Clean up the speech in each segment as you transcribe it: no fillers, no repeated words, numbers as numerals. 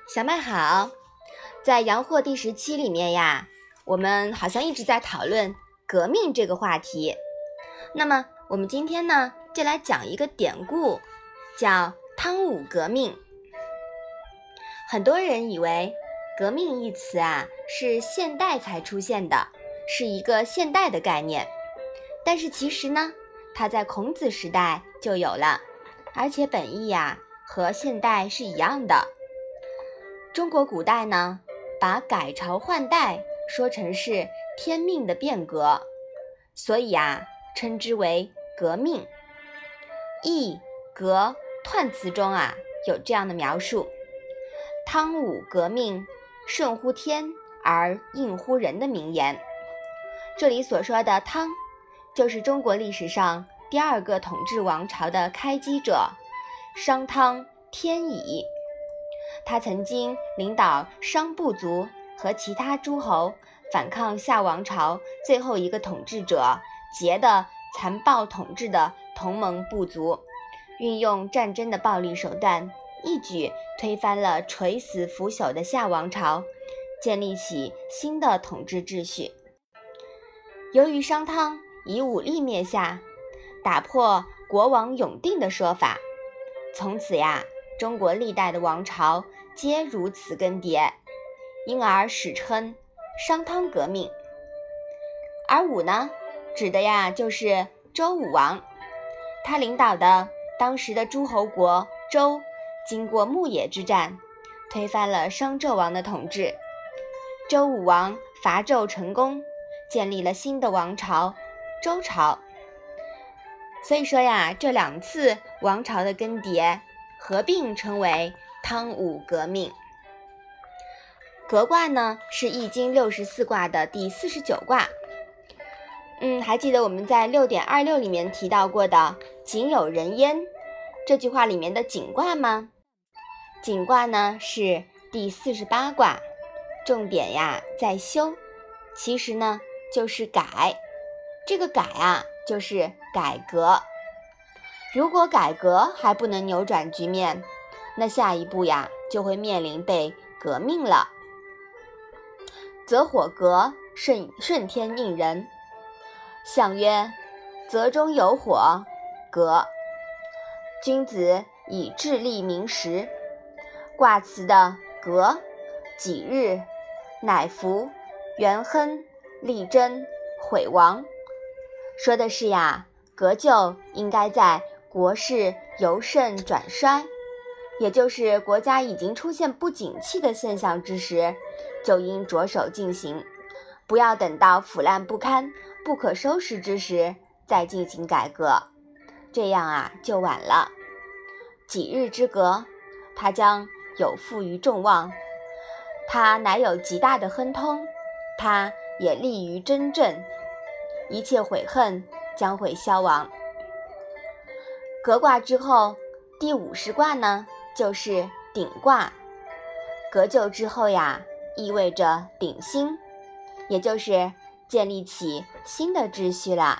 小麦好，在洋货第10期里面呀，我们好像一直在讨论革命这个话题。那么我们今天呢，就来讲一个典故，叫汤武革命。很多人以为革命一词啊，是现代才出现的，是一个现代的概念。但是其实呢，它在孔子时代就有了，而且本意呀，和现代是一样的。中国古代呢，把改朝换代说成是天命的变革，所以啊，称之为革命。易、革、彖词中啊，有这样的描述：汤武革命，顺乎天而应乎人的名言。这里所说的汤，就是中国历史上第2个统治王朝的开基者商汤天乙。他曾经领导商部族和其他诸侯反抗夏王朝最后一个统治者桀的残暴统治的同盟部族，运用战争的暴力手段，一举推翻了垂死腐朽的夏王朝，建立起新的统治秩序。由于商汤以武力灭夏，打破国王永定的说法，从此呀，中国历代的王朝皆如此更迭，因而史称商汤革命。而武呢，指的呀就是周武王，他领导的当时的诸侯国周，经过牧野之战，推翻了商纣王的统治。周武王伐纣成功，建立了新的王朝周朝。所以说呀，这2次王朝的更迭合并称为汤武革命。革卦呢，是易经64卦的第49卦。还记得我们在 6.26 里面提到过的井有人焉这句话里面的井卦吗？井卦呢是第48卦，重点呀在修，其实呢就是改。这个改啊就是改革。如果改革还不能扭转局面，那下一步呀就会面临被革命了。择火革，顺天应人。象曰：泽中有火，革。君子以智力明时。卦辞的革、己日、乃服、元亨、利贞、毁亡，说的是呀，革旧应该在国势由盛转衰，也就是国家已经出现不景气的现象之时，就应着手进行，不要等到腐烂不堪、不可收拾之时再进行改革，这样啊就晚了。己日之革，它将有负于众望，它乃有极大的亨通，它也利于真正，一切悔恨将会消亡。革卦之后，第50卦呢就是鼎卦。革旧之后呀，意味着鼎新，也就是建立起新的秩序了。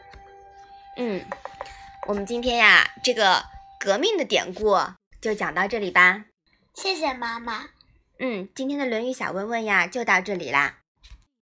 我们今天呀，这个革命的典故就讲到这里吧。 谢谢妈妈。 今天的论语小问问呀，就到这里啦。